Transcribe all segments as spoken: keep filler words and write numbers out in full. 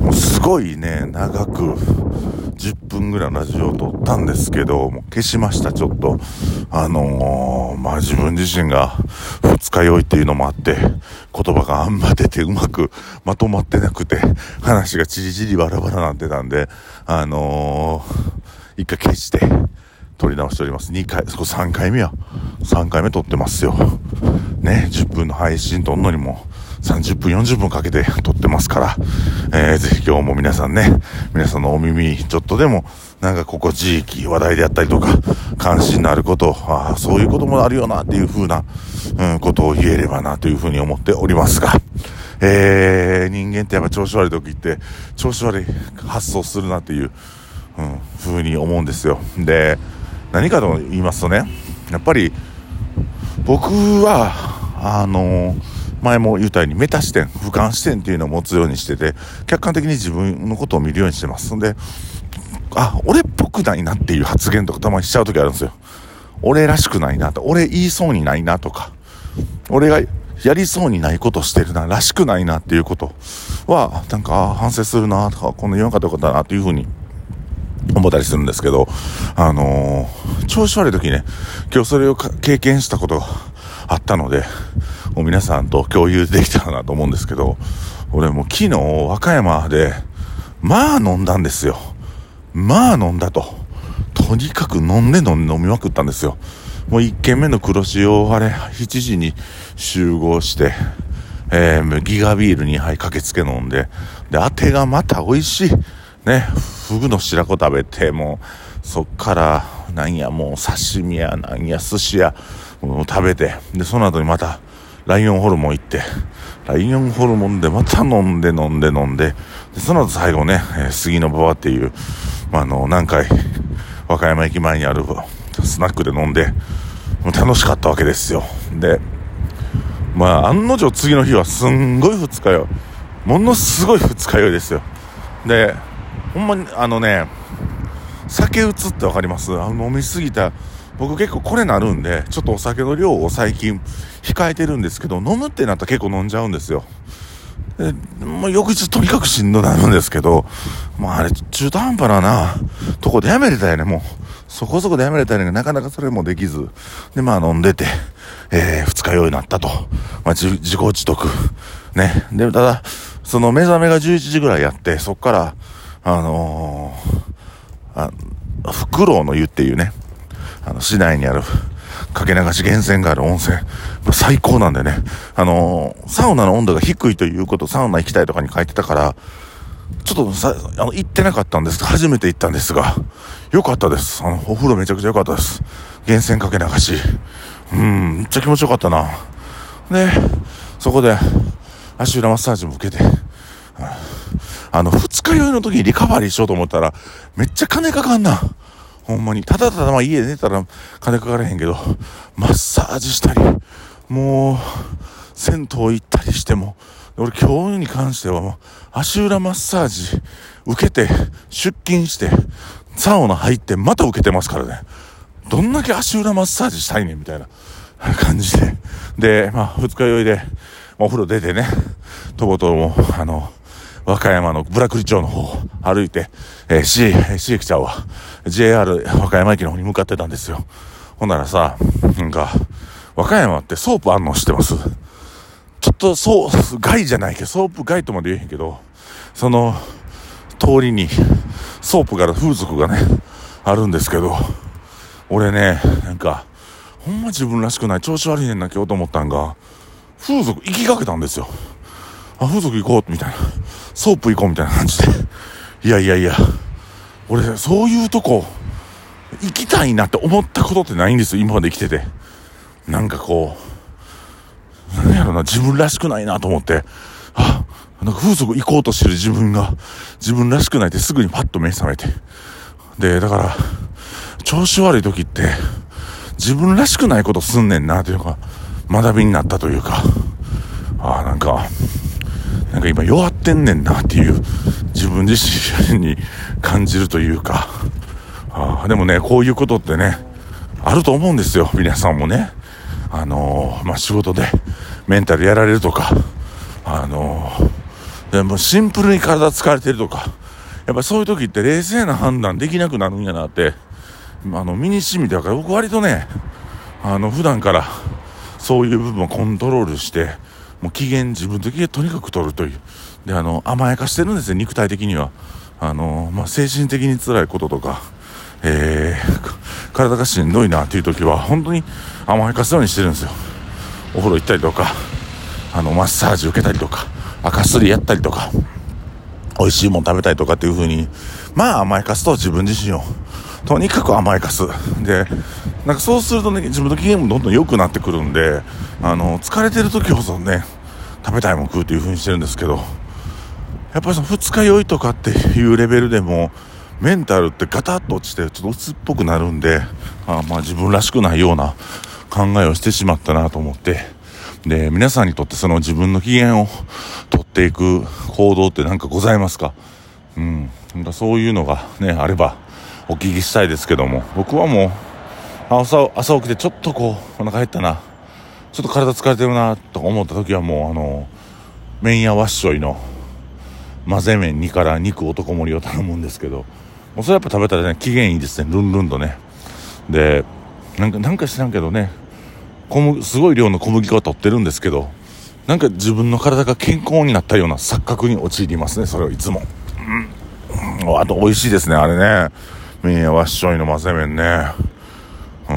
もうすごいね長くじゅっぷんぐらいのラジオを撮ったんですけど、もう消しました。ちょっとあのー、まあ自分自身が二日酔いっていうのもあって言葉があんま出てうまくまとまってなくて話がちりちりバラバラなってたんで、あのー、一回消して撮り直しております。にかい、そこさんかいめやさんかいめ撮ってますよね。じゅっぷんの配信撮んのにもさんじゅっぷんよんじゅっぷんかけて撮ってますから、えー、ぜひ今日も皆さんね、皆さんのお耳ちょっとでもなんか心地いい話題であったりとか関心のあること、あそういうこともあるよなっていう風な、うん、ことを言えればなという風に思っておりますが、えー、人間ってやっぱ調子悪い時って調子悪い発想するなっていう、うん、風に思うんですよ。で、何かと言いますとね、やっぱり僕はあのー前も言ったようにメタ視点、俯瞰視点っていうのを持つようにしてて、客観的に自分のことを見るようにしてます。んで、あ、俺っぽくないなっていう発言とかたまにしちゃう時あるんですよ。俺らしくないなと、俺言いそうにないなとか、俺がやりそうにないことしてるな、らしくないなっていうことはなんか反省するなとか、この言わんかったことだなっていうふうに思ったりするんですけど、あのー、調子悪い時にね、今日それを経験したことがあったので、もう皆さんと共有できたらなと思うんですけど、俺もう昨日和歌山でまあ飲んだんですよ。まあ飲んだととにかく飲んで飲んで飲みまくったんですよ。もう一軒目の黒潮あれしちじに集合して、えー、ギガビールにはいかけつけ飲んで、であてがまた美味しいね、フグの白子食べて、もうそっからなんやもう刺身やなんや寿司やもう食べて、でその後にまたライオンホルモン行って、ライオンホルモンでまた飲んで飲んで飲んで、でその後最後ね、えー、杉の馬場っていう、まあ、あの南海和歌山駅前にあるスナックで飲んで楽しかったわけですよ。でまあ案の定次の日はすんごい二日酔い、ものすごい二日酔いですよ。でほんまにあのね、酒うつってわかります？あの飲みすぎた、僕結構これなるんでちょっとお酒の量を最近控えてるんですけど、飲むってなったら結構飲んじゃうんですよ。でもう翌日とにかくしんどなるんですけど、まああれ中途半端ななとこでやめれたよね。もうそこそこでやめれたよね。なかなかそれもできずで、まあ飲んでて、えー、二日酔いになったと、まあ、自, 自己自得ね。でただその目覚めがじゅういちじぐらいやって、そっからあのー、あフクロウの湯っていうね、あの市内にあるかけ流し源泉がある温泉、最高なんでね、あのー、サウナの温度が低いということ、サウナ行きたいとかに書いてたからちょっとさあの行ってなかったんですが、初めて行ったんですが良かったです。あのお風呂めちゃくちゃ良かったです。源泉かけ流し、うんめっちゃ気持ちよかったな。でそこで足裏マッサージも受けて、あの二日酔いの時にリカバリーしようと思ったらめっちゃ金かかんな、ほんまに。ただただまあ家で寝たら金かからへんけど、マッサージしたりもう銭湯行ったりしても、俺今日に関してはもう足裏マッサージ受けて出勤してサウナ入ってまた受けてますからね。どんだけ足裏マッサージしたいねんみたいな感じで、でまあ二日酔いでお風呂出てね、とぼともあの和歌山のブラクリ町の方歩いて、えー、市市駅ちゃうわ ジェイアール 和歌山駅の方に向かってたんですよ。ほんならさ、なんか和歌山ってソープあんの知ってます？ちょっとソープ街じゃないけど、ソープ街とまで言えへんけど、その通りにソープがある風俗がねあるんですけど、俺ねなんかほんま自分らしくない、調子悪いねんな今日と思ったんが、風俗行きかけたんですよ。あ、風俗行こうみたいな、ソープ行こうみたいな感じで、いやいやいや俺そういうとこ行きたいなって思ったことってないんですよ、今まで生きてて。なんかこうなんやろな、自分らしくないなと思って、あ、なんか風俗行こうとしてる自分が自分らしくないってすぐにパッと目覚めて、でだから調子悪い時って自分らしくないことすんねんなというか学びになったというか、あ、なんかなんか今弱ってんねんなっていう自分自身に感じるというか、あ、でもねこういうことってねあると思うんですよ。皆さんもね、あのー、まあ、仕事でメンタルやられるとか、あのー、 でもシンプルに体疲れてるとか、やっぱそういう時って冷静な判断できなくなるんやなってあの身に染みて、だから僕割とねあの普段からそういう部分をコントロールして、もう機嫌自分的にとにかく取るという、であの甘やかしてるんですよ、肉体的には。あの、まあ、精神的に辛いこととか、えー、体がしんどいなっていう時は本当に甘やかすようにしてるんですよ。お風呂行ったりとか、あのマッサージ受けたりとか、赤すりやったりとか、美味しいもん食べたりとかっていう風に、まあ甘やかすと、自分自身をとにかく甘やかす。でなんかそうするとね、自分の機嫌もどんどん良くなってくるんで、あの疲れてる時こそね食べたいもん食うっていう風にしてるんですけど、やっぱりその二日酔いとかっていうレベルでもメンタルってガタッと落ちてちょっと鬱っぽくなるんで、あまあ自分らしくないような考えをしてしまったなと思って、で皆さんにとってその自分の機嫌を取っていく行動って何かございますか？うん、なんかそういうのがねあればお聞きしたいですけども、僕はもう朝、朝起きてちょっとこうお腹減ったな、ちょっと体疲れてるなと思った時はもうあの麺屋わっしょいの混ぜ麺にから肉男盛りを頼むんですけど、もうそれやっぱ食べたらね機嫌いいですね、ルンルンとね。でなんかなんか知らんけどね、小麦すごい量の小麦粉を取ってるんですけど、なんか自分の体が健康になったような錯覚に陥りますね、それをいつも。うん、あと美味しいですねあれね、麺屋わっしょいの混ぜ麺ね。うん、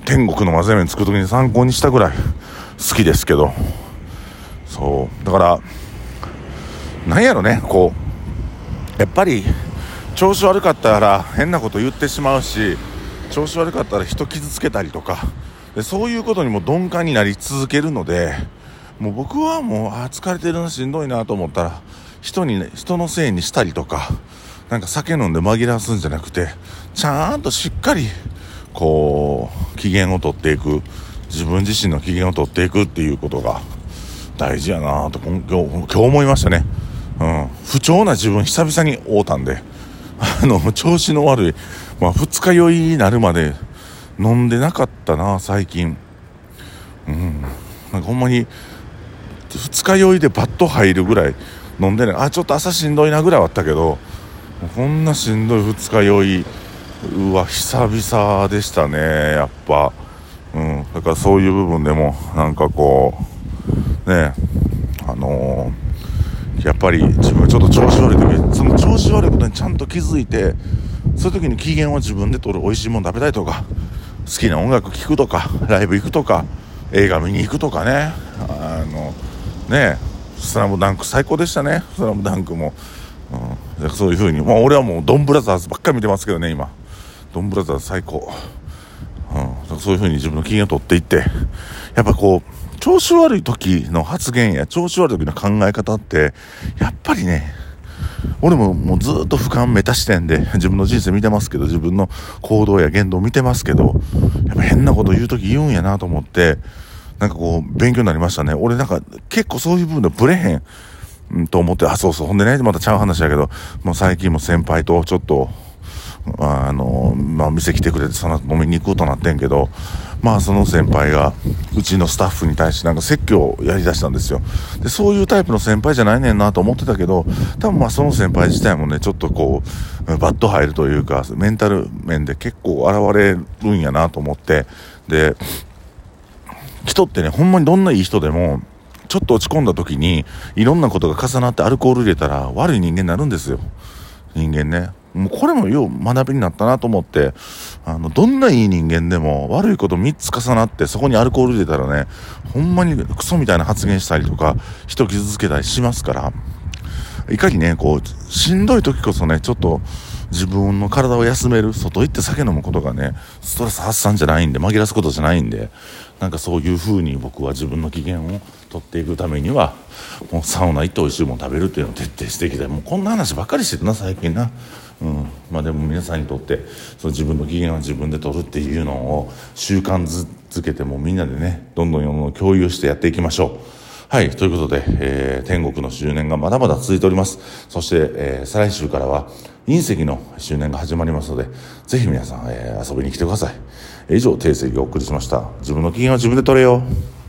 天国の混ぜ麺作るときに参考にしたぐらい好きですけど、そうだからなんやろね、こうやっぱり調子悪かったら変なこと言ってしまうし、調子悪かったら人傷つけたりとかで、そういうことにも鈍感になり続けるので、もう僕はもうあ疲れてるな、しんどいなと思ったら人に、ね、人のせいにしたりとか、なんか酒飲んで紛らわすんじゃなくて、ちゃんとしっかりこう機嫌を取っていく、自分自身の機嫌を取っていくっていうことが大事やなと今日、今日思いましたね。うん、不調な自分久々に会うたんで、あの調子の悪い、まあ、二日酔いになるまで飲んでなかったな最近。うん、なんかほんまに二日酔いでバッと入るぐらい飲んでない。あちょっと朝しんどいなぐらいはあったけど、こんなしんどい二日酔いうわ久々でしたねやっぱ。うん、だからそういう部分でもなんかこうね、あのーやっぱり自分がちょっと調子悪い時、その調子悪いことにちゃんと気づいて、そういう時に機嫌を自分で取る、美味しいもの食べたいとか、好きな音楽聴くとか、ライブ行くとか、映画見に行くとかね、あのねスラムダンク最高でしたね、スラムダンクも、うん、そういう風に、まあ俺はもうドンブラザーズばっかり見てますけどね今、ドンブラザーズ最高、うん、そういう風に自分の機嫌を取っていって、やっぱこう調子悪い時の発言や調子悪い時の考え方ってやっぱりね、俺ももうずっと俯瞰メタ視点で自分の人生見てますけど、自分の行動や言動を見てますけど、やっぱ変なこと言う時言うんやなと思って、なんかこう勉強になりましたね。俺なんか結構そういう部分でブレへん、うん、と思って、あそうそう、ほんでねまたちゃう話やけど、もう最近も先輩とちょっとあのまあ店来てくれてその飲みに行こうとなってんけど、まあその先輩がうちのスタッフに対してなんか説教をやりだしたんですよ。でそういうタイプの先輩じゃないねんなと思ってたけど、多分まあその先輩自体もねちょっとこうバッと入るというかメンタル面で結構現れるんやなと思って、で人ってねほんまにどんないい人でもちょっと落ち込んだ時にいろんなことが重なってアルコール入れたら悪い人間になるんですよ、人間ね。もうこれもよう学びになったなと思って、あのどんないい人間でも悪いことみっつ重なってそこにアルコール入れたらね、ほんまにクソみたいな発言したりとか人傷つけたりしますから、いかにねこうしんどい時こそねちょっと自分の体を休める、外行って酒飲むことがねストレス発散じゃないんで、紛らわすことじゃないんで、なんかそういう風に僕は自分の機嫌を取っていくためにはもうサウナ行って美味しいもの食べるっていうのを徹底していきたい。もうこんな話ばっかりしてるな最近な。うん、まあでも皆さんにとってその自分の機嫌は自分で取るっていうのを習慣づけて、もみんなでねどんどんどんどん共有してやっていきましょう。はい、ということで、えー、天国の周年がまだまだ続いております。そして、えー、再来週からは隕石の周年が始まりますので、ぜひ皆さん、えー、遊びに来てください。以上、定石をお送りしました。自分の機嫌は自分で取れよ。